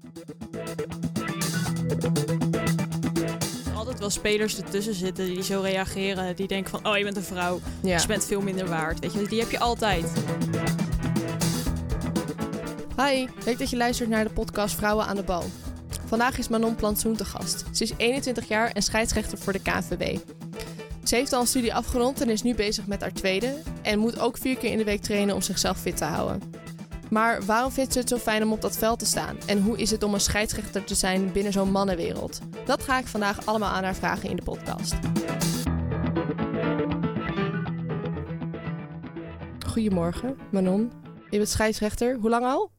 Altijd wel spelers ertussen zitten die zo reageren. Die denken van, oh, je bent een vrouw. Ja. Dus je bent veel minder waard. Weet je, die heb je altijd. Hi, leuk dat je luistert naar de podcast Vrouwen aan de Bal. Vandaag is Manon Plantsoen te gast. Ze is 21 jaar en scheidsrechter voor de KNVB. Ze heeft al een studie afgerond en is nu bezig met haar tweede. En moet ook 4 keer in de week trainen om zichzelf fit te houden. Maar waarom vindt ze het zo fijn om op dat veld te staan? En hoe is het om een scheidsrechter te zijn binnen zo'n mannenwereld? Dat ga ik vandaag allemaal aan haar vragen in de podcast. Goedemorgen, Manon. Je bent scheidsrechter. Hoe lang al?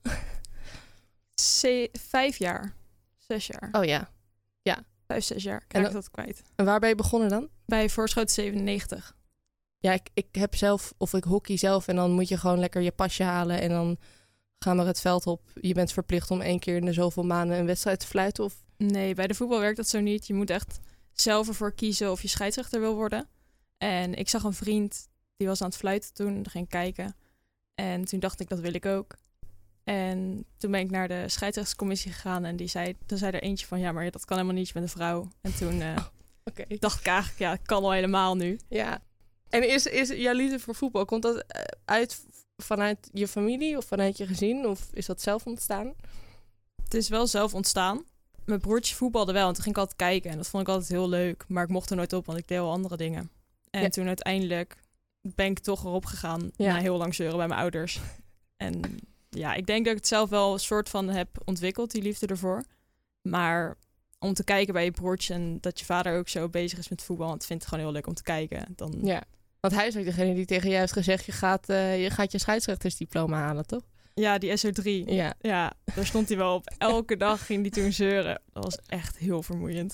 5 jaar. 6 jaar. Oh ja. 5, 6 jaar. En Krijg ik dat kwijt. En waar ben je begonnen dan? Bij Voorschoten 97. Ja, ik heb zelf, of ik hockey zelf en dan moet je gewoon lekker je pasje halen en dan gaan we het veld op. Je bent verplicht om 1 keer in de zoveel maanden een wedstrijd te fluiten of... Nee, bij de voetbal werkt dat zo niet. Je moet echt zelf ervoor kiezen of je scheidsrechter wil worden. En ik zag een vriend, die was aan het fluiten toen. Daar ging ik kijken. En toen dacht ik, dat wil ik ook. En toen ben ik naar de scheidsrechtscommissie gegaan. En toen zei er eentje van, ja, maar dat kan helemaal niet. Je bent een vrouw. En toen dacht ik eigenlijk, ja, het kan al helemaal nu. Ja. En is jouw liefde voor voetbal, komt dat uit vanuit je familie of vanuit je gezin? Of is dat zelf ontstaan? Het is wel zelf ontstaan. Mijn broertje voetbalde wel en toen ging ik altijd kijken. En dat vond ik altijd heel leuk. Maar ik mocht er nooit op, want ik deed al andere dingen. En toen uiteindelijk ben ik toch erop gegaan. Ja. Na heel lang zeuren bij mijn ouders. En ja, ik denk dat ik het zelf wel een soort van heb ontwikkeld, die liefde ervoor. Maar om te kijken bij je broertje en dat je vader ook zo bezig is met voetbal. Want ik vind het gewoon heel leuk om te kijken. Dan... Ja, want hij is ook degene die tegen jou heeft gezegd, je gaat je scheidsrechtersdiploma halen, toch? Ja, die SO3. Ja, daar stond hij wel op. Elke dag ging hij toen zeuren. Dat was echt heel vermoeiend.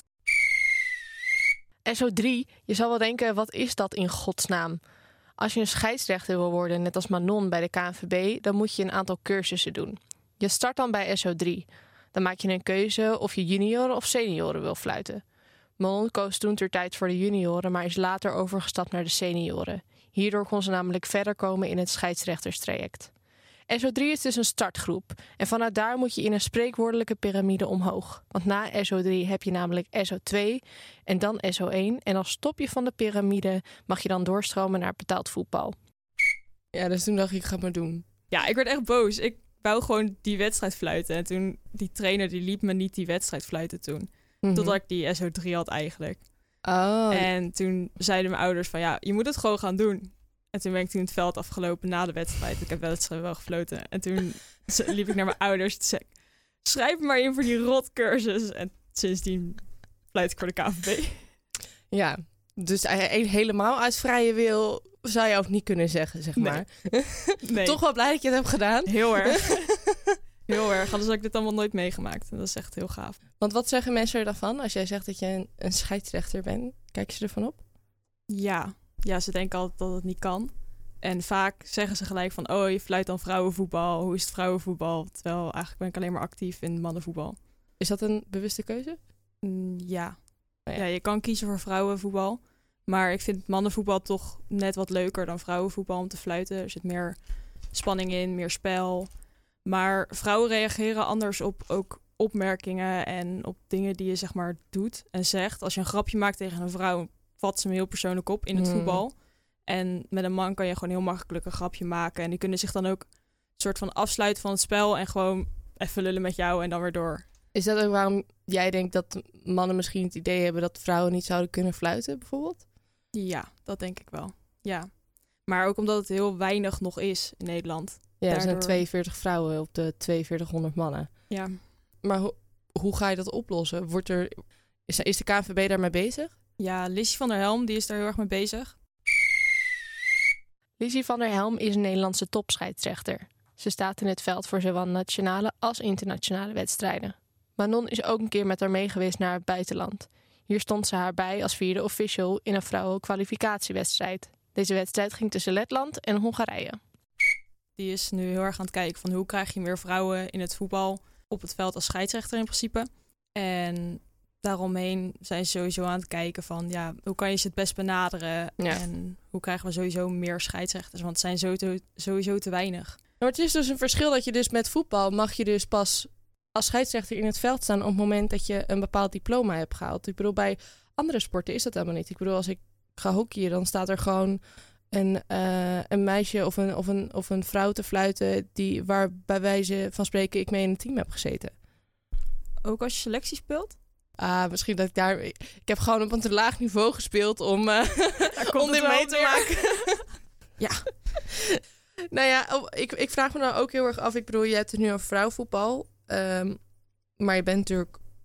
SO3, je zal wel denken, wat is dat in godsnaam? Als je een scheidsrechter wil worden, net als Manon bij de KNVB, dan moet je een aantal cursussen doen. Je start dan bij SO3. Dan maak je een keuze of je junioren of senioren wil fluiten. Manon koos toen ter tijd voor de junioren, maar is later overgestapt naar de senioren. Hierdoor kon ze namelijk verder komen in het scheidsrechterstraject. SO3 is dus een startgroep en vanuit daar moet je in een spreekwoordelijke piramide omhoog. Want na SO3 heb je namelijk SO2 en dan SO1 en als topje van de piramide mag je dan doorstromen naar betaald voetbal. Ja, dus toen dacht ik ga maar doen. Ja, ik werd echt boos. Ik wou gewoon die wedstrijd fluiten en toen die trainer die liet me niet die wedstrijd fluiten toen. Mm-hmm. Totdat ik die SO3 had eigenlijk. Oh. En toen zeiden mijn ouders van ja, je moet het gewoon gaan doen. En toen ben ik toen het veld afgelopen na de wedstrijd. Ik heb wel gefloten. En toen liep ik naar mijn ouders. Toen zei ik, schrijf me maar in voor die rotcursus. En sindsdien fluit ik voor de KNVB. Ja, dus helemaal uit vrije wil zou je ook niet kunnen zeggen, zeg maar. Nee. Toch wel blij dat je het hebt gedaan. Heel erg. Heel erg. Anders had ik dit allemaal nooit meegemaakt. En dat is echt heel gaaf. Want wat zeggen mensen er dan van als jij zegt dat je een scheidsrechter bent? Kijken ze ervan op? Ja, ze denken altijd dat het niet kan. En vaak zeggen ze gelijk van, oh, je fluit dan vrouwenvoetbal. Hoe is het vrouwenvoetbal? Terwijl eigenlijk ben ik alleen maar actief in mannenvoetbal. Is dat een bewuste keuze? Ja. Oh ja. Ja, je kan kiezen voor vrouwenvoetbal. Maar ik vind mannenvoetbal toch net wat leuker dan vrouwenvoetbal om te fluiten. Er zit meer spanning in, meer spel. Maar vrouwen reageren anders op ook opmerkingen en op dingen die je zeg maar doet en zegt. Als je een grapje maakt tegen een vrouw, vat ze hem heel persoonlijk op in het voetbal. En met een man kan je gewoon heel makkelijk een grapje maken. En die kunnen zich dan ook een soort van afsluiten van het spel en gewoon even lullen met jou en dan weer door. Is dat ook waarom jij denkt dat mannen misschien het idee hebben dat vrouwen niet zouden kunnen fluiten, bijvoorbeeld? Ja, dat denk ik wel. Ja. Maar ook omdat het heel weinig nog is in Nederland. Ja, er zijn Daardoor... 42 vrouwen op de 4200 mannen. Ja. Maar hoe ga je dat oplossen? Is de KNVB daarmee bezig? Ja, Lissy van der Helm, die is daar heel erg mee bezig. Lissy van der Helm is een Nederlandse topscheidsrechter. Ze staat in het veld voor zowel nationale als internationale wedstrijden. Manon is ook een keer met haar mee geweest naar het buitenland. Hier stond ze haar bij als 4e official in een vrouwenkwalificatiewedstrijd. Deze wedstrijd ging tussen Letland en Hongarije. Die is nu heel erg aan het kijken van hoe krijg je meer vrouwen in het voetbal op het veld als scheidsrechter in principe. En daaromheen zijn ze sowieso aan het kijken van ja, hoe kan je ze het best benaderen en hoe krijgen we sowieso meer scheidsrechters, want het zijn sowieso te weinig. Maar het is dus een verschil dat je dus met voetbal mag je dus pas als scheidsrechter in het veld staan op het moment dat je een bepaald diploma hebt gehaald. Ik bedoel, bij andere sporten is dat helemaal niet. Ik bedoel, als ik ga hockeyen, dan staat er gewoon een meisje of een vrouw te fluiten waar bij wijze van spreken ik mee in een team heb gezeten. Ook als je selectie speelt? Misschien dat ik daar... Ik heb gewoon op een te laag niveau gespeeld om dit mee te maken. Ja. Nou ja, ik vraag me nou ook heel erg af. Ik bedoel, je hebt het nu over vrouwenvoetbal. Maar je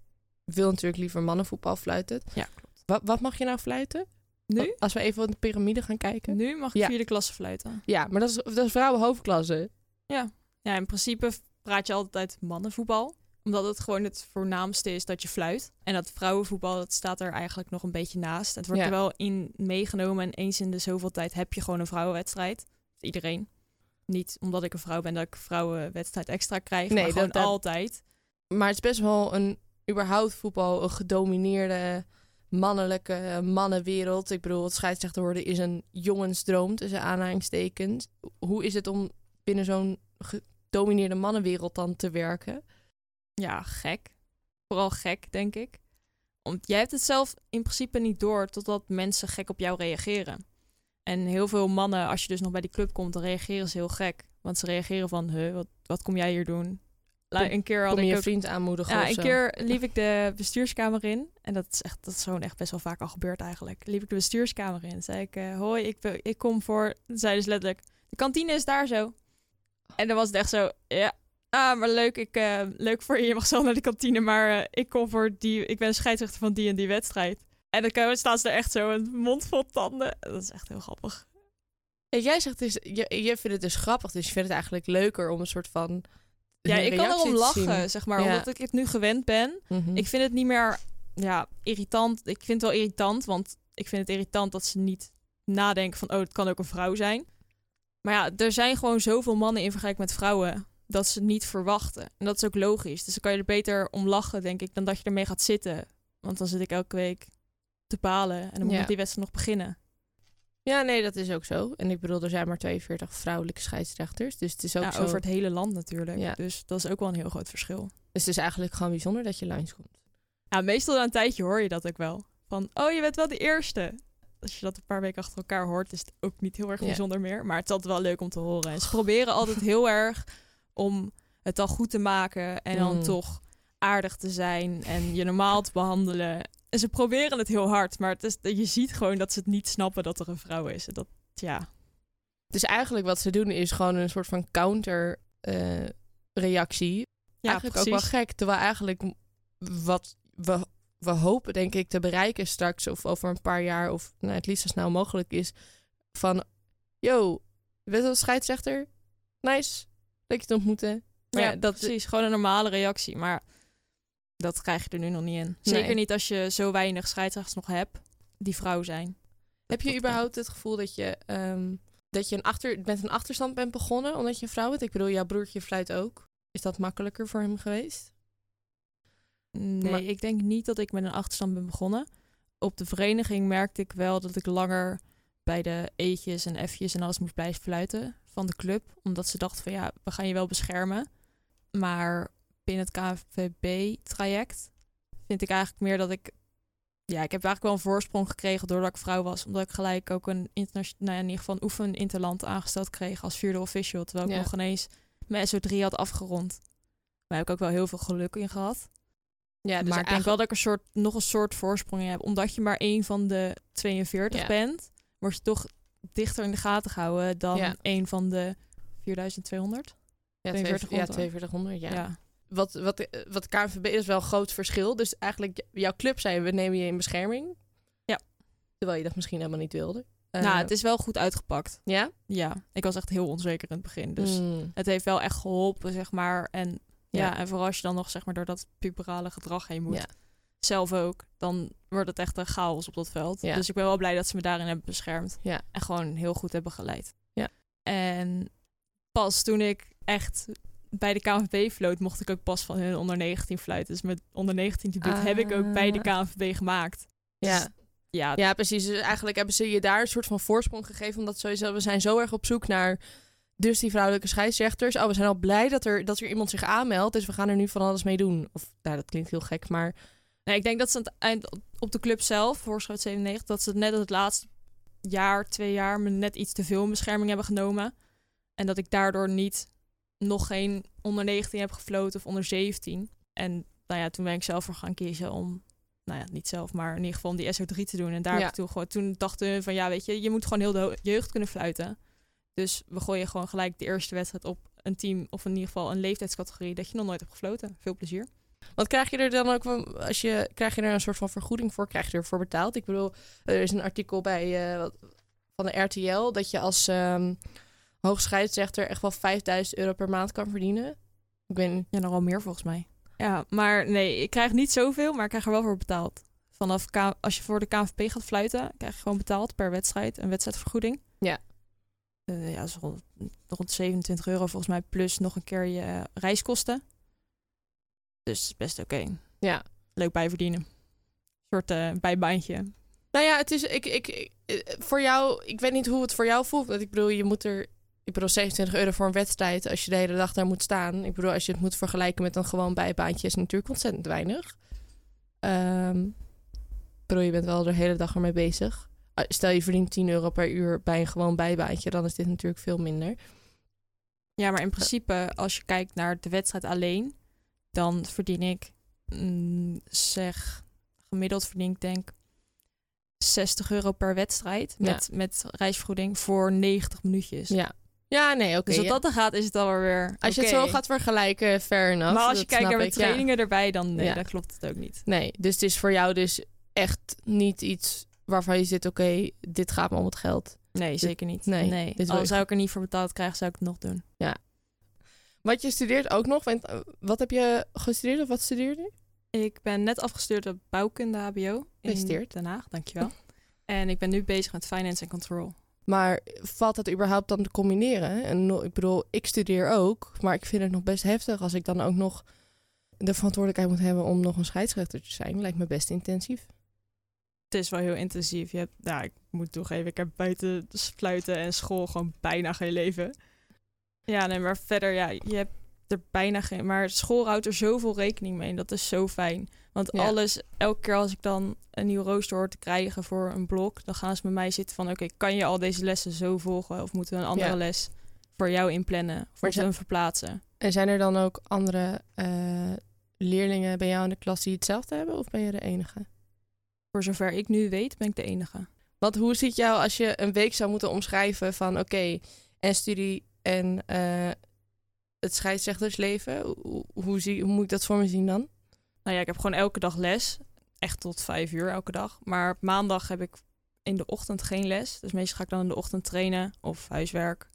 wil natuurlijk liever mannenvoetbal fluiten. Ja, klopt. Wat mag je nou fluiten? Nu? Als we even op de piramide gaan kijken. Nu mag ik 4e klasse fluiten. Ja, maar dat is vrouwen hoofdklasse. Ja, in principe praat je altijd mannenvoetbal. Omdat het gewoon het voornaamste is dat je fluit. En dat vrouwenvoetbal, dat staat er eigenlijk nog een beetje naast. Het wordt er wel in meegenomen. En eens in de zoveel tijd heb je gewoon een vrouwenwedstrijd. Iedereen. Niet omdat ik een vrouw ben dat ik een vrouwenwedstrijd extra krijg. Nee, maar gewoon altijd. Maar het is best wel überhaupt voetbal een gedomineerde mannelijke mannenwereld. Ik bedoel, het scheidsrechter worden is een jongensdroom tussen aanhalingstekens. Hoe is het om binnen zo'n gedomineerde mannenwereld dan te werken? Ja, gek. Vooral gek, denk ik. Want jij hebt het zelf in principe niet door totdat mensen gek op jou reageren. En heel veel mannen, als je dus nog bij die club komt, dan reageren ze heel gek. Want ze reageren van, wat kom jij hier doen? Een keer had ik je vriend aanmoedigen of zo. Een keer liep ik de bestuurskamer in. En dat is gewoon echt best wel vaak al gebeurd eigenlijk. Liep ik de bestuurskamer in. Zei ik, hoi, ik kom voor... Dan zei dus letterlijk, de kantine is daar zo. En dan was het echt zo, ja... maar leuk, leuk voor je. Je mag zo naar de kantine, maar ik kom voor ik ben scheidsrechter van die en die wedstrijd. En dan staan ze er echt zo een mond vol tanden. Dat is echt heel grappig. En jij zegt dus, je vindt het dus grappig, dus je vindt het eigenlijk leuker om een soort van... Ja, ik kan erom lachen, zeg maar, omdat ik het nu gewend ben. Mm-hmm. Ik vind het niet meer irritant. Ik vind het wel irritant, want ik vind het irritant dat ze niet nadenken van, het kan ook een vrouw zijn. Maar ja, er zijn gewoon zoveel mannen in vergelijking met vrouwen dat ze niet verwachten. En dat is ook logisch. Dus dan kan je er beter om lachen, denk ik, dan dat je ermee gaat zitten. Want dan zit ik elke week te balen en dan moet die wedstrijd nog beginnen. Ja, nee, dat is ook zo. En ik bedoel, er zijn maar 42 vrouwelijke scheidsrechters. Dus het is ook zo... over het hele land natuurlijk. Ja. Dus dat is ook wel een heel groot verschil. Dus het is eigenlijk gewoon bijzonder dat je langskomt. Ja, meestal na een tijdje hoor je dat ook wel. Van, je bent wel de eerste. Als je dat een paar weken achter elkaar hoort, is het ook niet heel erg bijzonder meer. Maar het is altijd wel leuk om te horen. En ze proberen altijd heel erg om het dan goed te maken. En dan toch aardig te zijn en je normaal te behandelen. En ze proberen het heel hard, maar je ziet gewoon dat ze het niet snappen dat er een vrouw is. En Dus eigenlijk wat ze doen is gewoon een soort van counter reactie. Ja, eigenlijk precies. Ook wel gek. Terwijl eigenlijk wat we hopen, denk ik, te bereiken straks of over een paar jaar of het liefst zo snel mogelijk is van, je bent wel scheidsrechter? Nice. Leuk je te ontmoeten. Maar ja, dat precies. Gewoon een normale reactie, maar dat krijg je er nu nog niet in. Zeker niet als je zo weinig scheidsrechters nog hebt die vrouw zijn. Heb je überhaupt het gevoel dat je met een achterstand bent begonnen omdat je een vrouw bent? Ik bedoel, jouw broertje fluit ook. Is dat makkelijker voor hem geweest? Nee, ik denk niet dat ik met een achterstand ben begonnen. Op de vereniging merkte ik wel dat ik langer bij de eetjes en F'jes en alles moest blijven fluiten van de club. Omdat ze dachten van we gaan je wel beschermen. Maar binnen het KNVB-traject vind ik eigenlijk meer dat ik... Ja, ik heb eigenlijk wel een voorsprong gekregen doordat ik vrouw was. Omdat ik gelijk ook een in ieder geval een oefeninterland aangesteld kreeg als 4e official. Terwijl ik nog ineens mijn SO3 had afgerond. Daar heb ik ook wel heel veel geluk in gehad. Ja, dus maar ik denk wel dat ik nog een soort voorsprong in heb. Omdat je maar één van de 42 bent, word je toch dichter in de gaten gehouden dan één van de 4200. Ja, 4200, ja. Wat KNVB is wel een groot verschil. Dus eigenlijk jouw club zei, we nemen je in bescherming. Ja. Terwijl je dat misschien helemaal niet wilde. Het is wel goed uitgepakt. Ja? Ja. Ik was echt heel onzeker in het begin. Dus het heeft wel echt geholpen, zeg maar. En en vooral als je dan nog, zeg maar, door dat puberale gedrag heen moet. Ja. Zelf ook. Dan wordt het echt een chaos op dat veld. Ja. Dus ik ben wel blij dat ze me daarin hebben beschermd. Ja. En gewoon heel goed hebben geleid. Ja. En pas toen ik echt bij de KNVB floot, mocht ik ook pas van hun onder 19 fluiten. Dus met onder 19 debuut heb ik ook bij de KNVB gemaakt. Ja. Dus, ja, precies. Dus eigenlijk hebben ze je daar een soort van voorsprong gegeven. Omdat sowieso, we zijn zo erg op zoek naar Dus die vrouwelijke scheidsrechters, we zijn al blij dat er iemand zich aanmeldt, dus we gaan er nu van alles mee doen. Of, nou, dat klinkt heel gek, maar... Nee, ik denk dat ze aan het eind op de club zelf, Voorschoot 97, dat ze net het laatste jaar, 2 jaar, me net iets te veel in bescherming hebben genomen. En dat ik daardoor nog geen onder 19 heb gefloten of onder 17. En nou ja, toen ben ik zelf voor gaan kiezen om, nou ja, niet zelf, maar in ieder geval om die SO3 te doen. En daar heb ik toen dachten we van, ja, weet je moet gewoon heel de jeugd kunnen fluiten. Dus we gooien gewoon gelijk de eerste wedstrijd op een team, of in ieder geval een leeftijdscategorie dat je nog nooit hebt gefloten. Veel plezier. Wat krijg je er dan ook van, krijg je er een soort van vergoeding voor? Krijg je ervoor betaald? Ik bedoel, er is een artikel bij van de RTL dat je als hoogscheidsrechter echt wel €5.000 per maand kan verdienen. Ik ben nog wel meer volgens mij. Ja, maar nee, ik krijg niet zoveel, maar ik krijg er wel voor betaald. Als je voor de KNVB gaat fluiten, krijg je gewoon betaald per wedstrijd, een wedstrijdvergoeding. Ja. Ja, dat is rond €27 volgens mij, plus nog een keer je reiskosten. Dus best oké. Ja. Leuk bijverdienen. Een soort bijbaantje. Nou ja, het is voor jou, ik weet niet hoe het voor jou voelt. Want ik bedoel, je moet er, €27 voor een wedstrijd als je de hele dag daar moet staan. Ik bedoel, als je het moet vergelijken met een gewoon bijbaantje, is het natuurlijk ontzettend weinig. Ik bedoel, je bent wel de hele dag ermee bezig. Stel je verdient €10 per uur bij een gewoon bijbaantje, dan is dit natuurlijk veel minder. Ja, maar in principe, als je kijkt naar de wedstrijd alleen, dan verdien ik, gemiddeld verdien ik denk €60 per wedstrijd met reisvergoeding voor 90 minuutjes. Ja, nee, oké. Dus wat dat dan gaat, is het alweer als je het zo gaat vergelijken, fair enough. Maar als je kijkt naar de trainingen erbij, dan klopt het ook niet. Nee, dus het is voor jou dus echt niet iets waarvan je zit, oké, dit gaat me om het geld. Nee, zeker niet. Nee. Al zou ik er niet voor betaald krijgen, zou ik het nog doen. Ja. Wat je studeert ook nog, wat heb je gestudeerd of wat studeer je nu? Ik ben net afgestudeerd op bouwkunde HBO in Den Haag, dankjewel. En ik ben nu bezig met finance en control. Maar valt dat überhaupt dan te combineren? En ik bedoel, ik studeer ook, maar ik vind het nog best heftig als ik dan ook nog de verantwoordelijkheid moet hebben om nog een scheidsrechter te zijn. Lijkt me best intensief. Het is wel heel intensief. Ik moet toegeven, ik heb buiten fluiten en school gewoon bijna geen leven. Ja, nee, maar verder, je hebt er bijna geen... Maar school houdt er zoveel rekening mee en dat is zo fijn. Want alles, elke keer als ik dan een nieuw rooster hoor te krijgen voor een blok, dan gaan ze met mij zitten van, oké, kan je al deze lessen zo volgen? Of moeten we een andere les voor jou inplannen? Of moeten we hem verplaatsen? En zijn er dan ook andere leerlingen bij jou in de klas die hetzelfde hebben? Of ben je de enige? Voor zover ik nu weet, ben ik de enige. Want hoe ziet jou als je een week zou moeten omschrijven van, oké, en studie en het scheidsrechtersleven? Hoe moet ik dat voor me zien dan? Nou ja, ik heb gewoon elke dag les. Echt tot 5 uur elke dag. Maar op maandag heb ik in de ochtend geen les. Dus meestal ga ik dan in de ochtend trainen of huiswerk.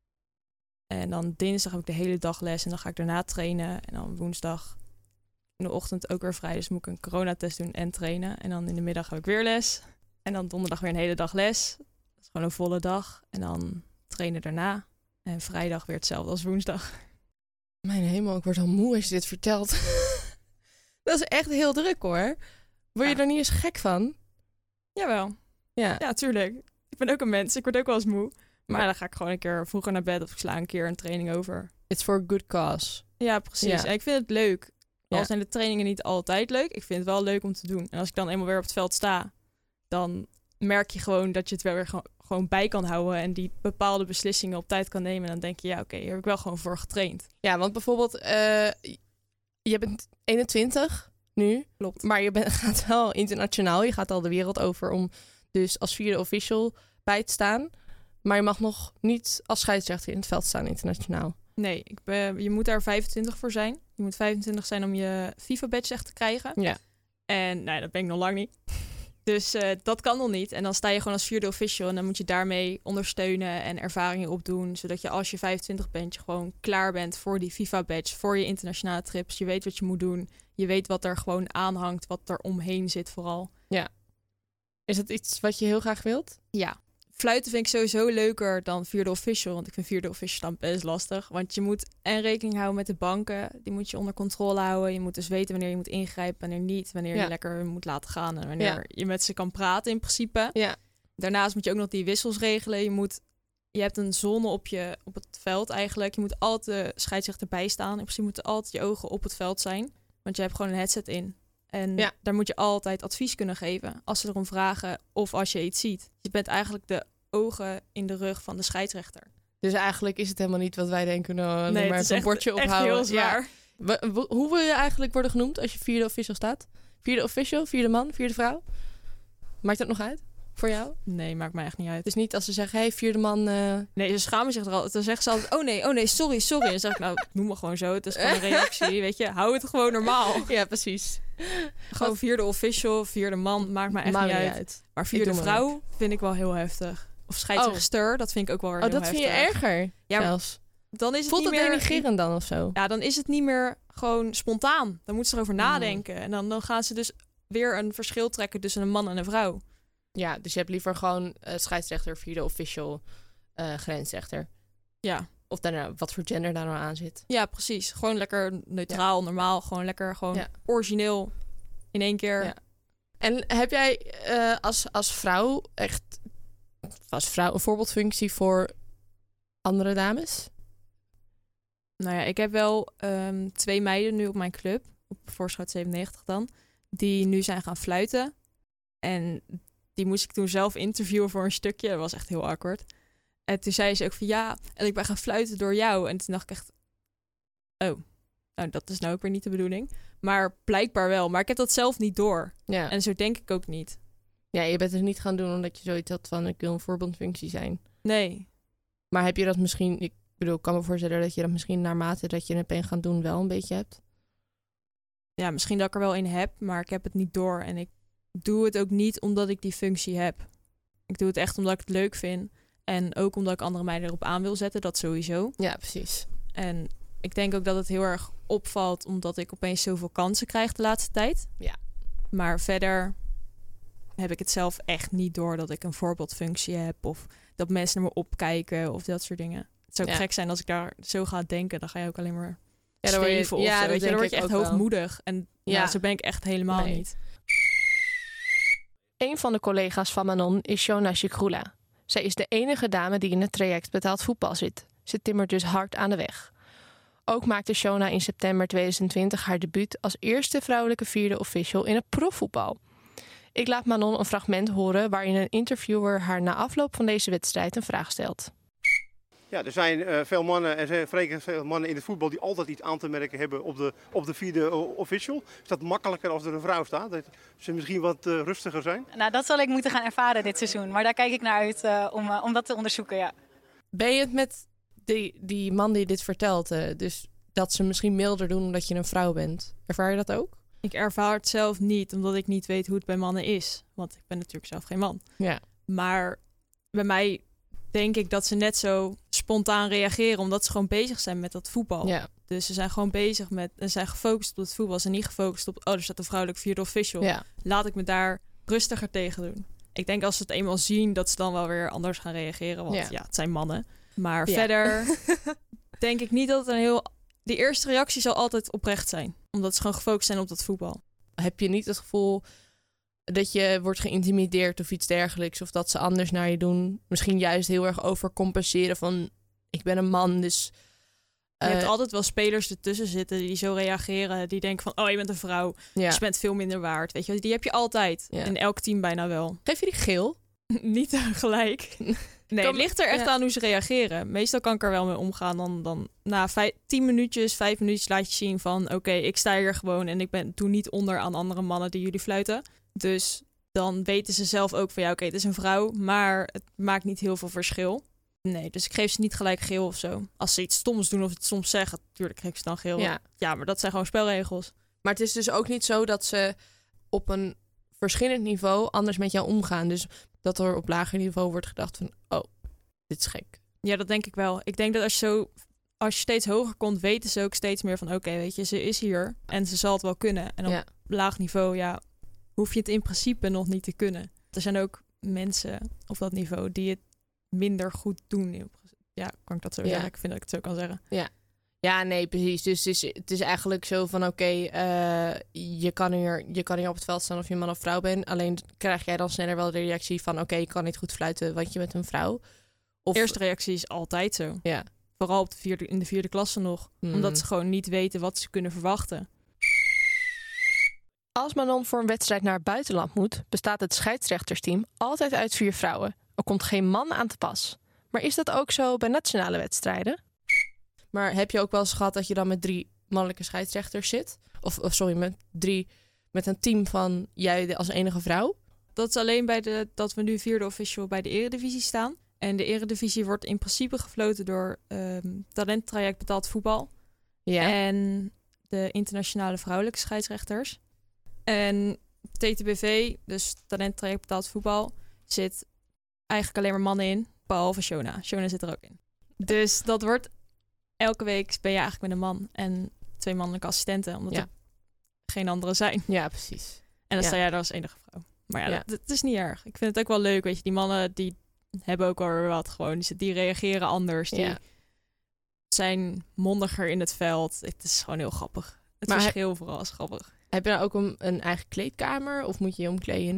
En dan dinsdag heb ik de hele dag les en dan ga ik daarna trainen. En dan woensdag in de ochtend ook weer vrij. Dus moet ik een coronatest doen en trainen. En dan in de middag heb ik weer les. En dan donderdag weer een hele dag les. Dat is gewoon een volle dag. En dan trainen daarna. En vrijdag weer hetzelfde als woensdag. Mijn hemel, ik word al moe als je dit vertelt. Dat is echt heel druk hoor. Word je er niet eens gek van? Jawel. Ja, tuurlijk. Ik ben ook een mens. Ik word ook wel eens moe. Maar dan ga ik gewoon een keer vroeger naar bed of ik sla een keer een training over. It's for a good cause. Ja, precies. Ja. En ik vind het leuk. Al zijn de trainingen niet altijd leuk. Ik vind het wel leuk om te doen. En als ik dan eenmaal weer op het veld sta, dan merk je gewoon dat je het wel weer gewoon bij kan houden en die bepaalde beslissingen op tijd kan nemen. En dan denk je, oké, hier heb ik wel gewoon voor getraind. Ja, want bijvoorbeeld, je bent 21 nu. Klopt. Maar je gaat wel internationaal. Je gaat al de wereld over om dus als 4e official bij te staan. Maar je mag nog niet als scheidsrechter in het veld staan internationaal. Nee, je moet daar 25 voor zijn. Je moet 25 zijn om je FIFA-badge echt te krijgen. Ja. En dat ben ik nog lang niet. Dus dat kan nog niet. En dan sta je gewoon als 4e official. En dan moet je daarmee ondersteunen en ervaringen opdoen. Zodat je als je 25 bent, je gewoon klaar bent voor die FIFA-badge. Voor je internationale trips. Je weet wat je moet doen. Je weet wat er gewoon aanhangt. Wat er omheen zit vooral. Ja. Is dat iets wat je heel graag wilt? Ja. Fluiten vind ik sowieso leuker dan 4e official. Want ik vind 4e official dan best lastig. Want je moet rekening houden met de banken. Die moet je onder controle houden. Je moet dus weten wanneer je moet ingrijpen, wanneer niet. Wanneer je lekker moet laten gaan. En wanneer je met ze kan praten in principe. Ja. Daarnaast moet je ook nog die wissels regelen. Je moet je hebt een zone op het veld eigenlijk. Je moet altijd de scheidsrechter bij staan. In principe moeten altijd je ogen op het veld zijn. Want je hebt gewoon een headset in. En daar moet je altijd advies kunnen geven. Als ze erom vragen of als je iets ziet. Je bent eigenlijk de ogen in de rug van de scheidsrechter. Dus eigenlijk is het helemaal niet wat wij denken. Nee, maar het is een bordje ophouden. Echt heel zwaar. Ja. Hoe wil je eigenlijk worden genoemd als je vierde official staat? Vierde official, vierde man, vierde vrouw? Maakt dat nog uit voor jou? Nee, maakt mij echt niet uit. Dus niet als ze zeggen, hey, vierde man... Nee, ze schamen zich er al. Dan zeggen ze altijd, oh nee, sorry. En dan zeg ik, nou, noem maar gewoon zo. Het is gewoon een reactie, weet je. Hou het gewoon normaal. Ja, precies. Gewoon vierde official, vierde man, maakt mij echt niet uit. Maar vierde vrouw vind ik wel heel heftig. Of scheidsrechter, dat vind ik ook wel heel heftig. Dat vind je erger ja, zelfs? Dan is het voelt niet het meer denigrerend dan of zo? Ja, dan is het niet meer gewoon spontaan. Dan moeten ze erover nadenken. En dan gaan ze dus weer een verschil trekken tussen een man en een vrouw. Ja, dus je hebt liever gewoon scheidsrechter, vierde official, grensrechter. Ja. Of daarna, wat voor gender daar nou aan zit. Ja, precies. Gewoon lekker neutraal, normaal. Gewoon lekker origineel in één keer. Ja. En heb jij als vrouw echt een voorbeeldfunctie voor andere dames? Nou ja, ik heb wel 2 meiden nu op mijn club. Op Voorschoot 97 dan. Die nu zijn gaan fluiten. En die moest ik toen zelf interviewen voor een stukje. Dat was echt heel awkward. En toen zei ze ook van ja, en ik ben gaan fluiten door jou. En toen dacht ik echt, oh, nou dat is nou ook weer niet de bedoeling. Maar blijkbaar wel. Maar ik heb dat zelf niet door. Ja. En zo denk ik ook niet. Ja, je bent het niet gaan doen omdat je zoiets had van ik wil een voorbeeldfunctie zijn. Nee. Maar heb je dat misschien, ik kan me voorstellen dat je dat misschien naarmate dat je het bent gaan doen wel een beetje hebt. Ja, misschien dat ik er wel in heb, maar ik heb het niet door. En ik doe het ook niet omdat ik die functie heb. Ik doe het echt omdat ik het leuk vind. En ook omdat ik andere meiden erop aan wil zetten, dat sowieso. Ja, precies. En ik denk ook dat het heel erg opvalt, omdat ik opeens zoveel kansen krijg de laatste tijd. Ja. Maar verder heb ik het zelf echt niet door dat ik een voorbeeldfunctie heb. Of dat mensen naar me opkijken of dat soort dingen. Het zou gek zijn als ik daar zo ga denken. Dan ga je ook alleen maar zweven of zo. Dan word je echt hoogmoedig. En zo ben ik echt helemaal niet. Een van de collega's van Manon is Shona Shikrula. Zij is de enige dame die in het traject betaald voetbal zit. Ze timmert dus hard aan de weg. Ook maakte Shona in september 2020 haar debuut als eerste vrouwelijke vierde official in het profvoetbal. Ik laat Manon een fragment horen waarin een interviewer haar na afloop van deze wedstrijd een vraag stelt. Ja, er zijn veel mannen en veel mannen in het voetbal die altijd iets aan te merken hebben op de vierde official. Is dat makkelijker als er een vrouw staat? Dat ze misschien wat rustiger zijn? Nou, dat zal ik moeten gaan ervaren dit seizoen. Maar daar kijk ik naar uit om dat te onderzoeken, ja. Ben je het met die man die dit vertelt, dus dat ze misschien milder doen omdat je een vrouw bent? Ervaar je dat ook? Ik ervaar het zelf niet, omdat ik niet weet hoe het bij mannen is. Want ik ben natuurlijk zelf geen man. Ja. Maar bij mij denk ik dat ze net zo spontaan reageren, omdat ze gewoon bezig zijn met dat voetbal. Ja. Dus ze zijn gewoon bezig met, en zijn gefocust op het voetbal. Ze zijn niet gefocust op, er staat een vrouwelijk vierde official. Ja. Laat ik me daar rustiger tegen doen. Ik denk als ze het eenmaal zien, dat ze dan wel weer anders gaan reageren. Want het zijn mannen. Maar verder denk ik niet dat het die eerste reactie zal altijd oprecht zijn. Omdat ze gewoon gefocust zijn op dat voetbal. Heb je niet het gevoel dat je wordt geïntimideerd of iets dergelijks? Of dat ze anders naar je doen? Misschien juist heel erg overcompenseren van ik ben een man, dus... Je hebt altijd wel spelers ertussen zitten die zo reageren. Die denken van, je bent een vrouw. Ja. Dus je bent veel minder waard. Weet je, die heb je altijd. Ja. In elk team bijna wel. Geef je die geel? Niet gelijk. Nee, het ligt er echt aan hoe ze reageren. Meestal kan ik er wel mee omgaan. Dan na 10 minuutjes, 5 minuutjes laat je zien van... Oké, ik sta hier gewoon en ik doe niet onder aan andere mannen die jullie fluiten. Dus dan weten ze zelf ook van het is een vrouw. Maar het maakt niet heel veel verschil. Nee, dus ik geef ze niet gelijk geel of zo. Als ze iets stoms doen of het soms zeggen, natuurlijk geef ik ze dan geel. Ja, maar dat zijn gewoon spelregels. Maar het is dus ook niet zo dat ze op een verschillend niveau anders met jou omgaan. Dus dat er op lager niveau wordt gedacht van, dit is gek. Ja, dat denk ik wel. Ik denk dat als je steeds hoger komt, weten ze ook steeds meer van, weet je, ze is hier en ze zal het wel kunnen. En op laag niveau, hoef je het in principe nog niet te kunnen. Er zijn ook mensen op dat niveau die het minder goed doen. Ja, kan ik dat zo zeggen? Ik vind dat ik het zo kan zeggen. Ja, nee, precies. Dus het is eigenlijk zo van je kan hier op het veld staan of je man of vrouw bent. Alleen krijg jij dan sneller wel de reactie van je kan niet goed fluiten, want je bent een vrouw. Of... Eerste reactie is altijd zo. Ja. Vooral op in de vierde klasse nog. Omdat ze gewoon niet weten wat ze kunnen verwachten. Als Manon voor een wedstrijd naar het buitenland moet, bestaat het scheidsrechtersteam altijd uit 4 vrouwen. Er komt geen man aan te pas. Maar is dat ook zo bij nationale wedstrijden? Maar heb je ook wel eens gehad dat je dan met 3 mannelijke scheidsrechters zit? Met een team van jij als enige vrouw? Dat is alleen dat we nu 4e official bij de eredivisie staan. En de eredivisie wordt in principe gefloten door talenttraject betaald voetbal. Ja. En de internationale vrouwelijke scheidsrechters. En TTBV, dus talenttraject betaald voetbal, zit eigenlijk alleen maar mannen in. Behalve Shona. Shona zit er ook in. Dus dat wordt elke week ben je eigenlijk met een man en 2 mannelijke assistenten. Omdat er geen andere zijn. Ja, precies. En dan sta jij daar als enige vrouw. Maar dat is niet erg. Ik vind het ook wel leuk. Weet je, die mannen die hebben ook al wat gewoon. Die reageren anders. Die zijn mondiger in het veld. Het is gewoon heel grappig. Het verschil vooral is grappig. Heb je nou ook een eigen kleedkamer? Of moet je omkleden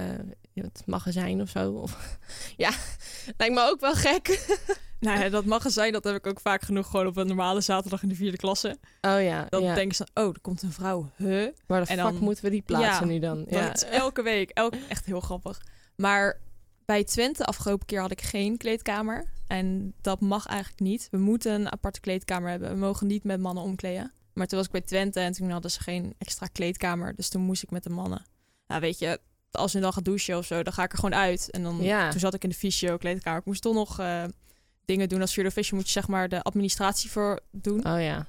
in het magazijn of zo? Of... Ja, lijkt me ook wel gek. Nou ja, dat magazijn, dat heb ik ook vaak genoeg gewoon op een normale zaterdag in de 4e klasse. Oh ja. Dan denken ze, er komt een vrouw. Waar de fuck moeten we die plaatsen nu dan? Ja, dat is elke week. Echt heel grappig. Maar bij Twente afgelopen keer had ik geen kleedkamer. En dat mag eigenlijk niet. We moeten een aparte kleedkamer hebben. We mogen niet met mannen omkleden. Maar toen was ik bij Twente en toen hadden ze geen extra kleedkamer. Dus toen moest ik met de mannen. Nou, weet je, als je dan gaat douchen of zo, dan ga ik er gewoon uit. En dan toen zat ik in de fysio-kleedkamer. Ik moest toch nog dingen doen. Als vierde official moet je zeg maar de administratie voor doen. Oh ja.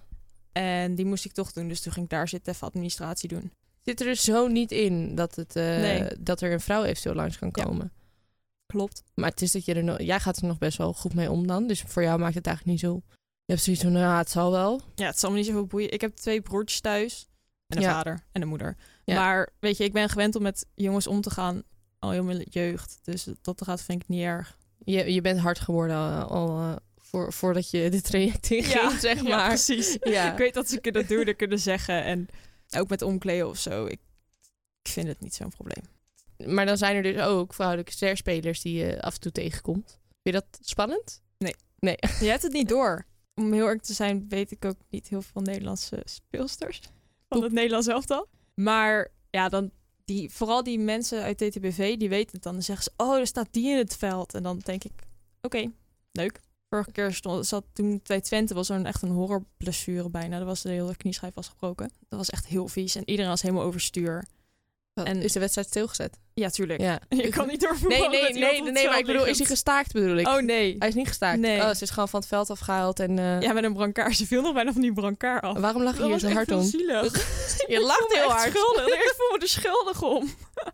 En die moest ik toch doen. Dus toen ging ik daar zitten even administratie doen. Zit er dus zo niet in dat dat er een vrouw eventueel langs kan komen? Ja. Klopt. Maar het is dat jij gaat er nog best wel goed mee om dan. Dus voor jou maakt het eigenlijk niet zo... Je hebt zoiets van, het zal wel. Ja, het zal me niet zoveel boeien. Ik heb 2 broertjes thuis. En een vader en een moeder. Ja. Maar weet je, ik ben gewend om met jongens om te gaan al heel mijn jeugd. Dus dat vind ik niet erg. Je bent hard geworden al voordat je dit traject inging, zeg maar. Ja, precies. Ja. Ik weet dat ze kunnen doen en kunnen zeggen. En ook met omkleden of zo. Ik vind het niet zo'n probleem. Maar dan zijn er dus ook vrouwelijke sterspelers die je af en toe tegenkomt. Vind je dat spannend? Nee. Je hebt het niet door. Om heel erg te zijn weet ik ook niet heel veel Nederlandse speelsters. Van het Nederlands elftal. Maar ja, dan vooral die mensen uit TTBV, die weten het dan. Dan zeggen ze, er staat die in het veld. En dan denk ik, oké, leuk. Vorige keer toen bij Twente was er echt een horrorblessure bijna. De hele knieschijf was gebroken. Dat was echt heel vies. En iedereen was helemaal overstuur. En is de wedstrijd stilgezet? Ja, tuurlijk. Ja. Je kan niet doorvoetballen. Nee, maar ik bedoel, is hij gestaakt bedoel ik? Oh nee. Hij is niet gestaakt? Nee. Ze is gewoon van het veld afgehaald en... Ja, met een brancard. Ze viel nog bijna van die brancard af. Waarom lach je hier zo hard om? Zielig. Je lacht heel hard. Schuldig. Ik voel me er schuldig om.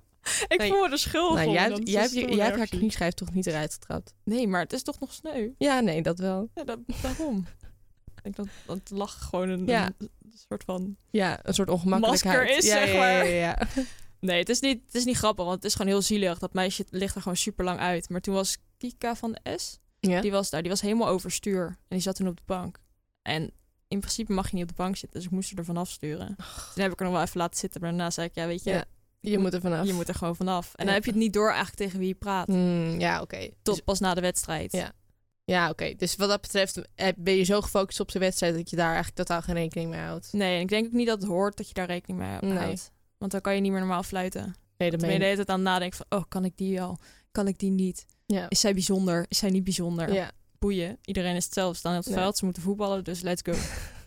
Voel me er schuldig om. Jij hebt haar knieschijf toch niet eruit getrapt? Nee, maar het is toch nog sneu? Ja, nee, dat wel. Ja, daarom. Ik denk dat lach gewoon een soort van... Ja, een soort ongemakkelijkheid. Masker is, zeg maar. Ja. Nee, het is niet grappig, want het is gewoon heel zielig. Dat meisje ligt er gewoon super lang uit. Maar toen was Kika van de S, die was daar. Die was helemaal overstuur. En die zat toen op de bank. En in principe mag je niet op de bank zitten. Dus ik moest er vanaf sturen. Toen heb ik er nog wel even laten zitten. Maar daarna zei ik, weet je... Ja, je moet er vanaf. Je moet er gewoon vanaf. En dan heb je het niet door eigenlijk tegen wie je praat. Ja, oké. Tot pas na de wedstrijd. Ja, oké. Dus wat dat betreft ben je zo gefocust op de wedstrijd... dat je daar eigenlijk totaal geen rekening mee houdt. Nee, en ik denk ook niet dat het hoort dat je daar rekening mee houdt. Want dan kan je niet meer normaal fluiten. Nee, dan ben je de hele tijd aan het nadenken van... kan ik die wel? Kan ik die niet? Ja. Is zij bijzonder? Is zij niet bijzonder? Ja. Boeien. Iedereen is hetzelfde. Staan op het veld. Ze moeten voetballen, dus let's go.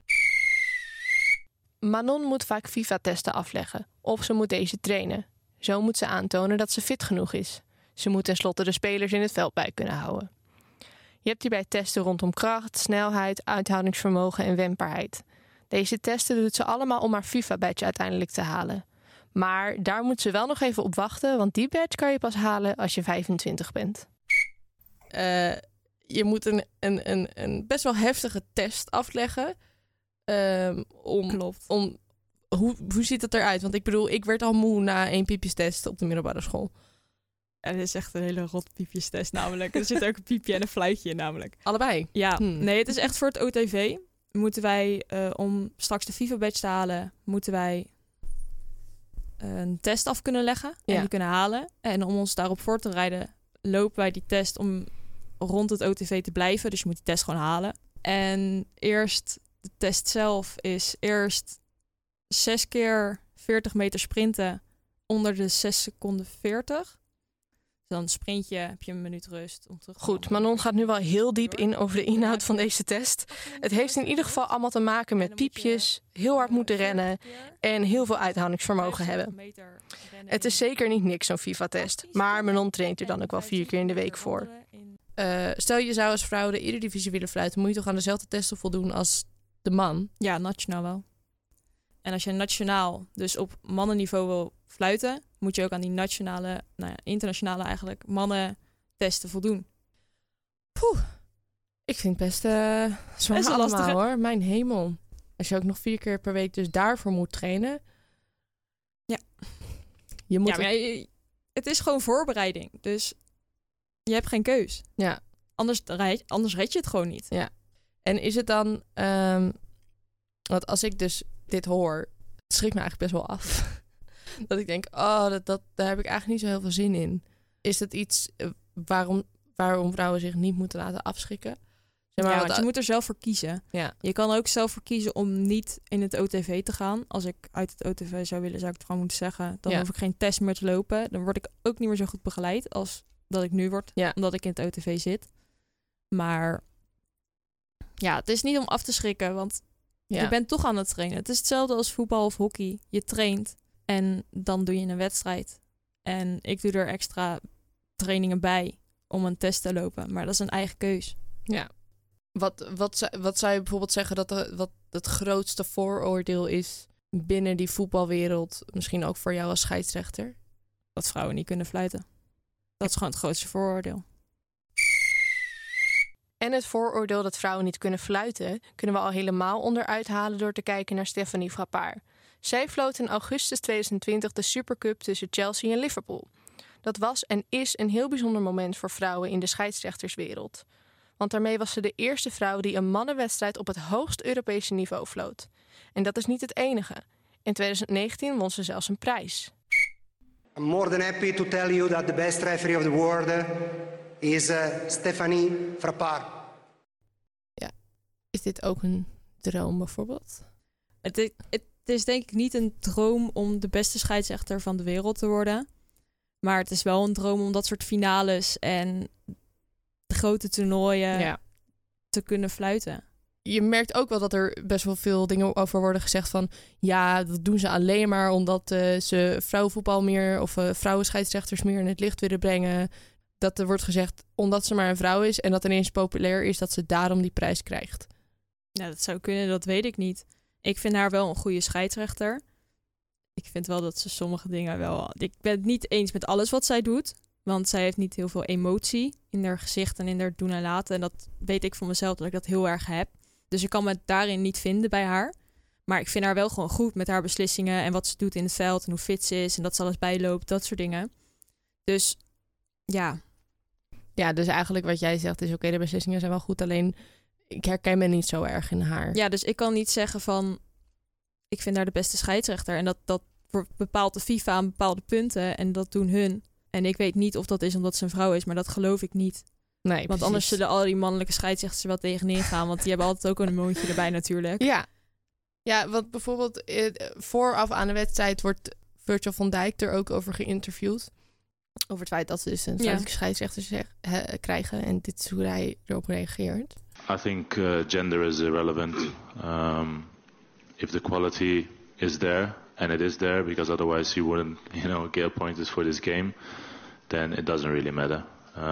Manon moet vaak FIFA-testen afleggen. Of ze moet deze trainen. Zo moet ze aantonen dat ze fit genoeg is. Ze moet tenslotte de spelers in het veld bij kunnen houden. Je hebt hierbij testen rondom kracht, snelheid, uithoudingsvermogen en wendbaarheid. Deze testen doet ze allemaal om haar FIFA-badge uiteindelijk te halen. Maar daar moet ze wel nog even op wachten, want die badge kan je pas halen als je 25 bent. Je moet een best wel heftige test afleggen. Klopt. Hoe ziet het eruit? Want ik bedoel, ik werd al moe na 1 piepjestest op de middelbare school. Het is echt een hele rot piepjestest namelijk. Er zit ook een piepje en een fluitje in namelijk. Allebei? Ja, nee, het is echt voor het OTV. Moeten wij, om straks de FIFA-badge te halen, moeten wij een test af kunnen leggen en die kunnen halen. En om ons daarop voor te rijden, lopen wij die test rond het OTV te blijven. Dus je moet de test gewoon halen. En de test zelf is eerst 6 keer 40 meter sprinten onder de 6 seconden 40. Dan sprint je, heb je een minuut rust om terug te Goed, Manon gaat nu wel heel diep in over de inhoud van deze test. Het heeft in ieder geval allemaal te maken met piepjes, heel hard moeten rennen en heel veel uithoudingsvermogen hebben. Het is zeker niet niks, zo'n FIFA-test. Maar Manon traint er dan ook wel 4 keer in de week voor. Stel je zou als vrouw de Eredivisie willen fluiten, moet je toch aan dezelfde testen voldoen als de man? Ja, nationaal wel. En als je nationaal dus op mannenniveau wil fluiten, moet je ook aan die nationale, internationale eigenlijk, mannentesten voldoen. Ik vind het best zwaar allemaal lastig, hoor. Mijn hemel. Als je ook nog 4 keer per week dus daarvoor moet trainen. Ja. Je moet het is gewoon voorbereiding. Dus je hebt geen keus. Ja. Anders red je het gewoon niet. Ja. En is het dan... want als ik dus dit hoor, het schrikt me eigenlijk best wel af. Dat ik denk, daar heb ik eigenlijk niet zo heel veel zin in. Is dat iets waarom vrouwen zich niet moeten laten afschrikken? Zeg maar, want je moet er zelf voor kiezen. Ja. Je kan ook zelf voor kiezen om niet in het OTV te gaan. Als ik uit het OTV zou willen, zou ik het gewoon moeten zeggen. Dan hoef ik geen test meer te lopen. Dan word ik ook niet meer zo goed begeleid als dat ik nu word. Ja. Omdat ik in het OTV zit. Maar ja, het is niet om af te schrikken. Want je bent toch aan het trainen. Het is hetzelfde als voetbal of hockey. Je traint en dan doe je een wedstrijd. En ik doe er extra trainingen bij om een test te lopen. Maar dat is een eigen keus. Ja. Wat zou je bijvoorbeeld zeggen wat het grootste vooroordeel is binnen die voetbalwereld? Misschien ook voor jou als scheidsrechter? Dat vrouwen niet kunnen fluiten. Dat is gewoon het grootste vooroordeel. En het vooroordeel dat vrouwen niet kunnen fluiten kunnen we al helemaal onderuit halen door te kijken naar Stephanie Frappart. Zij floot in augustus 2020 de Supercup tussen Chelsea en Liverpool. Dat was en is een heel bijzonder moment voor vrouwen in de scheidsrechterswereld. Want daarmee was ze de eerste vrouw die een mannenwedstrijd op het hoogste Europese niveau floot. En dat is niet het enige. In 2019 won ze zelfs een prijs. I'm more than happy to tell you that the best referee of the world is Stephanie Frappart. Ja, is dit ook een droom bijvoorbeeld? Het is denk ik niet een droom om de beste scheidsrechter van de wereld te worden. Maar het is wel een droom om dat soort finales en de grote toernooien te kunnen fluiten. Je merkt ook wel dat er best wel veel dingen over worden gezegd van... ja, dat doen ze alleen maar omdat ze vrouwenvoetbal meer... of vrouwenscheidsrechters meer in het licht willen brengen. Dat er wordt gezegd omdat ze maar een vrouw is... en dat ineens populair is dat ze daarom die prijs krijgt. Ja, dat zou kunnen, dat weet ik niet. Ik vind haar wel een goede scheidsrechter. Ik vind wel dat ze sommige dingen wel... Ik ben het niet eens met alles wat zij doet... Want zij heeft niet heel veel emotie in haar gezicht en in haar doen en laten. En dat weet ik van mezelf, dat ik dat heel erg heb. Dus ik kan me daarin niet vinden bij haar. Maar ik vind haar wel gewoon goed met haar beslissingen... en wat ze doet in het veld en hoe fit ze is... en dat ze alles bijloopt, dat soort dingen. Dus ja. Ja, dus eigenlijk wat jij zegt is... oké, de beslissingen zijn wel goed, alleen ik herken me niet zo erg in haar. Ja, dus ik kan niet zeggen van... ik vind haar de beste scheidsrechter. En dat bepaalt de FIFA aan bepaalde punten en dat doen hun... En ik weet niet of dat is omdat ze een vrouw is, maar dat geloof ik niet. Nee, want precies. Anders zullen al die mannelijke scheidsrechters er wel tegenin gaan. Want die hebben altijd ook een mondje erbij natuurlijk. Ja, want bijvoorbeeld vooraf aan de wedstrijd wordt Virgil van Dijk er ook over geïnterviewd. Over het feit dat ze dus een vrouwelijke scheidsrechter krijgen. En dit is hoe hij erop reageert. I think gender is irrelevant. If the quality is there... and it is there because otherwise you wouldn't, get pointers for this game, then it doesn't really matter.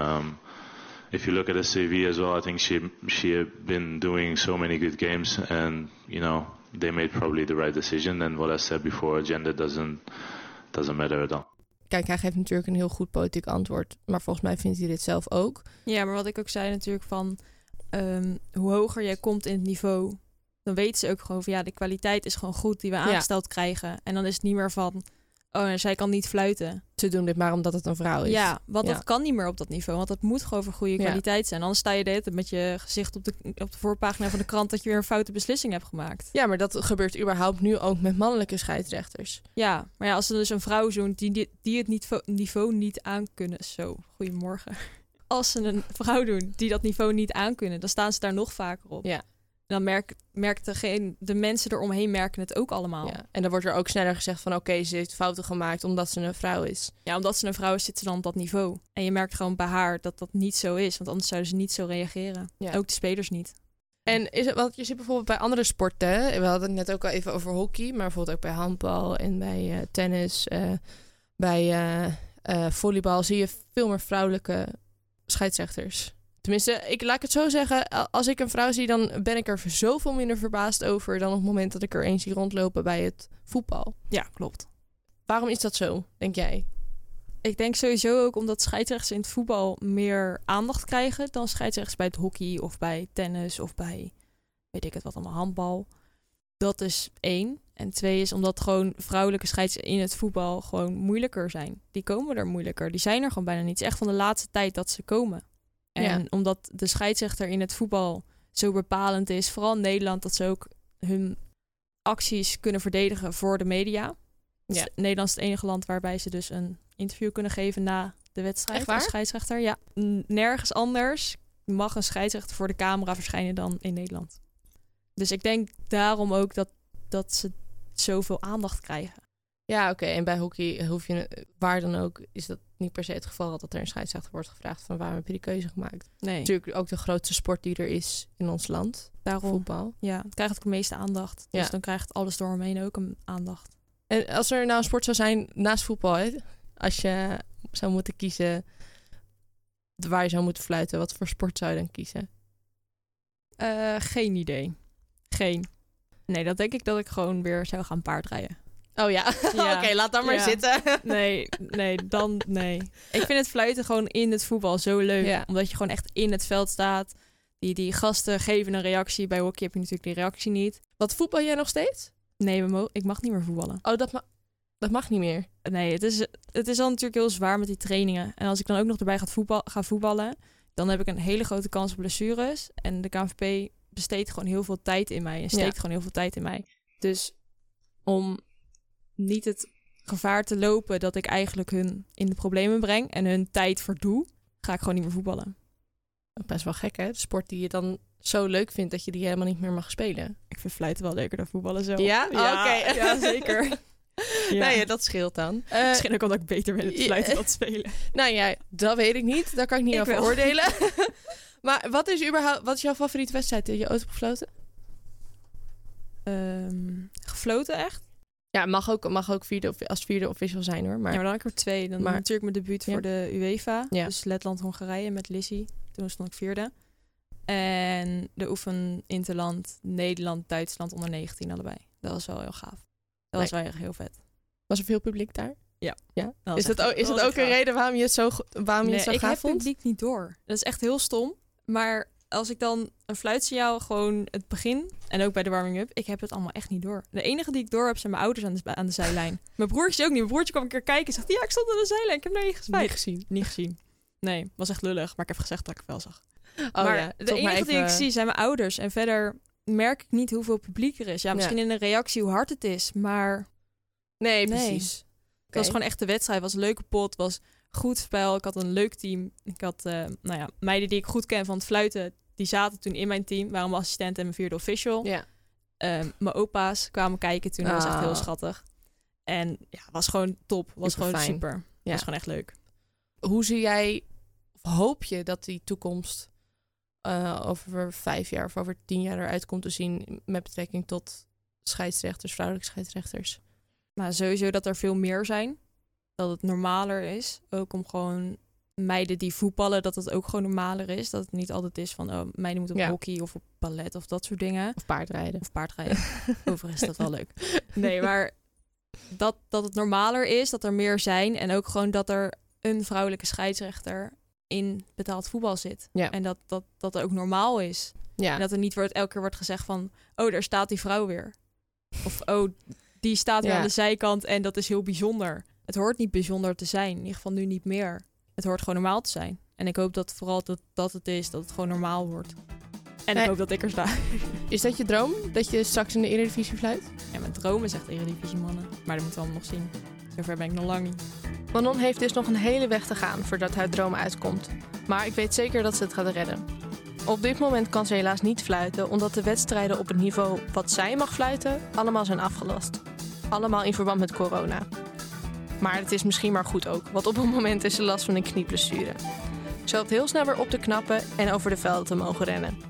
If you look at the CV as well, I think she had been doing so many good games and, they made probably the right decision. And what I said before, gender doesn't matter at all. Kijk, hij geeft natuurlijk een heel goed politiek antwoord, maar volgens mij vindt hij dit zelf ook. Ja, maar wat ik ook zei natuurlijk van, hoe hoger jij komt in het niveau... dan weten ze ook gewoon van de kwaliteit is gewoon goed die we aangesteld krijgen. En dan is het niet meer van, zij kan niet fluiten. Ze doen dit maar omdat het een vrouw is. Ja, want dat kan niet meer op dat niveau. Want dat moet gewoon voor goede kwaliteit zijn. Anders sta je de hele tijd met je gezicht op de voorpagina van de krant... dat je weer een foute beslissing hebt gemaakt. Ja, maar dat gebeurt überhaupt nu ook met mannelijke scheidsrechters. Ja, maar als er dus een vrouw zoent die het niveau niet aan kunnen... Zo, goedemorgen. als ze een vrouw doen die dat niveau niet aankunnen, dan staan ze daar nog vaker op. Ja. En dan merkt de mensen eromheen merken het ook allemaal. Ja. En dan wordt er ook sneller gezegd van oké, ze heeft fouten gemaakt omdat ze een vrouw is. Ja, omdat ze een vrouw is, zit ze dan op dat niveau. En je merkt gewoon bij haar dat dat niet zo is. Want anders zouden ze niet zo reageren. Ja. Ook de spelers niet. En is het, want je ziet bijvoorbeeld bij andere sporten, we hadden het net ook al even over hockey, maar bijvoorbeeld ook bij handbal en bij tennis, bij volleybal zie je veel meer vrouwelijke scheidsrechters. Tenminste, laat ik het zo zeggen, als ik een vrouw zie, dan ben ik er zoveel minder verbaasd over dan op het moment dat ik er eens zie rondlopen bij het voetbal. Ja, klopt. Waarom is dat zo, denk jij? Ik denk sowieso ook omdat scheidsrechters in het voetbal meer aandacht krijgen dan scheidsrechters bij het hockey of bij tennis of bij, weet ik het wat allemaal, handbal. Dat is 1. En 2 is omdat gewoon vrouwelijke scheidsrechters in het voetbal gewoon moeilijker zijn. Die komen er moeilijker. Die zijn er gewoon bijna niet. Het is echt van de laatste tijd dat ze komen. En omdat de scheidsrechter in het voetbal zo bepalend is, vooral in Nederland, dat ze ook hun acties kunnen verdedigen voor de media. Ja. Nederland is het enige land waarbij ze dus een interview kunnen geven na de wedstrijd. Echt waar? Als scheidsrechter. Ja. Nergens anders mag een scheidsrechter voor de camera verschijnen dan in Nederland. Dus ik denk daarom ook dat ze zoveel aandacht krijgen. Ja, oké. En bij hockey hoef je, waar dan ook, is dat niet per se het geval dat er een scheidsrechter wordt gevraagd van waarom heb je die keuze gemaakt. Nee. Natuurlijk ook de grootste sport die er is in ons land. Daarom. Voetbal. Ja, het krijgt ook de meeste aandacht. Ja. Dus dan krijgt alles door hem heen ook een aandacht. En als er nou een sport zou zijn naast voetbal, hè, als je zou moeten kiezen waar je zou moeten fluiten, wat voor sport zou je dan kiezen? Geen idee. Nee, dan denk ik dat ik gewoon weer zou gaan paardrijden. Oh ja, ja. Oké, laat dan maar zitten. Nee. Ik vind het fluiten gewoon in het voetbal zo leuk. Ja. Omdat je gewoon echt in het veld staat. Die gasten geven een reactie. Bij hockey heb je natuurlijk die reactie niet. Wat, voetbal jij nog steeds? Nee, ik mag niet meer voetballen. Oh, dat mag niet meer? Nee, het is al natuurlijk heel zwaar met die trainingen. En als ik dan ook nog erbij ga voetballen, dan heb ik een hele grote kans op blessures. En de KNVB besteedt gewoon heel veel tijd in mij. En steekt gewoon heel veel tijd in mij. Dus om niet het gevaar te lopen dat ik eigenlijk hun in de problemen breng en hun tijd verdoe, ga ik gewoon niet meer voetballen. Best wel gek, hè? De sport die je dan zo leuk vindt dat je die helemaal niet meer mag spelen. Ik vind fluiten wel leuker dan voetballen zo. Ja? Oké. Ja, zeker. Ja. Nee, dat scheelt dan. Misschien ook omdat ik beter ben in het fluiten dan spelen. Nou ja, dat weet ik niet. Daar kan ik niet over oordelen. Maar wat is jouw favoriete wedstrijd? Je ooit gefloten? Gefloten echt? Ja, mag ook als vierde official zijn hoor. Maar... Ja, maar dan heb ik er 2. Dan natuurlijk mijn debuut voor de UEFA. Ja. Dus Letland-Hongarije met Lissy. Toen stond ik 4e. En de oefen Interland, Nederland, Duitsland onder 19 allebei. Dat was wel heel gaaf. Dat was wel echt heel vet. Was er veel publiek daar? Ja. Is dat ook een reden waarom je het zo gaaf vond? Ik heb het publiek niet door. Dat is echt heel stom. Maar als ik dan een fluitsignaal gewoon het begin en ook bij de warming-up, ik heb het allemaal echt niet door. De enige die ik door heb zijn mijn ouders aan de zijlijn. Mijn broertje ook niet. Mijn broertje kwam een keer kijken en zegt, ja, ik stond aan de zijlijn. Ik heb niet gezien. Nee, was echt lullig. Maar ik heb gezegd dat ik het wel zag. Maar ja, de enige die ik zie zijn mijn ouders. En verder merk ik niet hoeveel publiek er is. Ja, misschien in een reactie hoe hard het is, maar... Nee, precies. Het was gewoon echt de wedstrijd. Het was een leuke pot, was goed spel. Ik had een leuk team. Ik had meiden die ik goed ken van het fluiten. Die zaten toen in mijn team. Waren mijn assistent en mijn 4e official. Ja. Mijn opa's kwamen kijken toen. Dat was echt heel schattig. En ja, was gewoon top. Was super gewoon fijn. Super. Ja. Was gewoon echt leuk. Hoe zie jij, of hoop je dat die toekomst over 5 jaar of over 10 jaar eruit komt te zien met betrekking tot scheidsrechters, vrouwelijke scheidsrechters? Maar sowieso dat er veel meer zijn. Dat het normaler is. Ook om gewoon meiden die voetballen, dat het ook gewoon normaler is. Dat het niet altijd is van, meiden moeten op hockey of op ballet of dat soort dingen. Of paardrijden. Overigens is dat wel leuk. Nee, maar dat het normaler is, dat er meer zijn. En ook gewoon dat er een vrouwelijke scheidsrechter in betaald voetbal zit. Ja. En dat ook normaal is. Ja. En dat er niet elke keer wordt gezegd van, daar staat die vrouw weer. Of, die staat weer aan de zijkant en dat is heel bijzonder. Het hoort niet bijzonder te zijn. In ieder geval nu niet meer. Het hoort gewoon normaal te zijn. En ik hoop dat vooral dat het is. Dat het gewoon normaal wordt. En ik hoop dat ik er sta. Is dat je droom? Dat je straks in de Eredivisie fluit? Ja, mijn droom is echt Eredivisie, mannen. Maar dat moeten we allemaal nog zien. Zover ben ik nog lang niet. Manon heeft dus nog een hele weg te gaan voordat haar droom uitkomt. Maar ik weet zeker dat ze het gaat redden. Op dit moment kan ze helaas niet fluiten, omdat de wedstrijden op het niveau wat zij mag fluiten allemaal zijn afgelast. Allemaal in verband met corona. Maar het is misschien maar goed ook, want op het moment is ze last van een knieblessure. Ze hoopt heel snel weer op te knappen en over de velden te mogen rennen.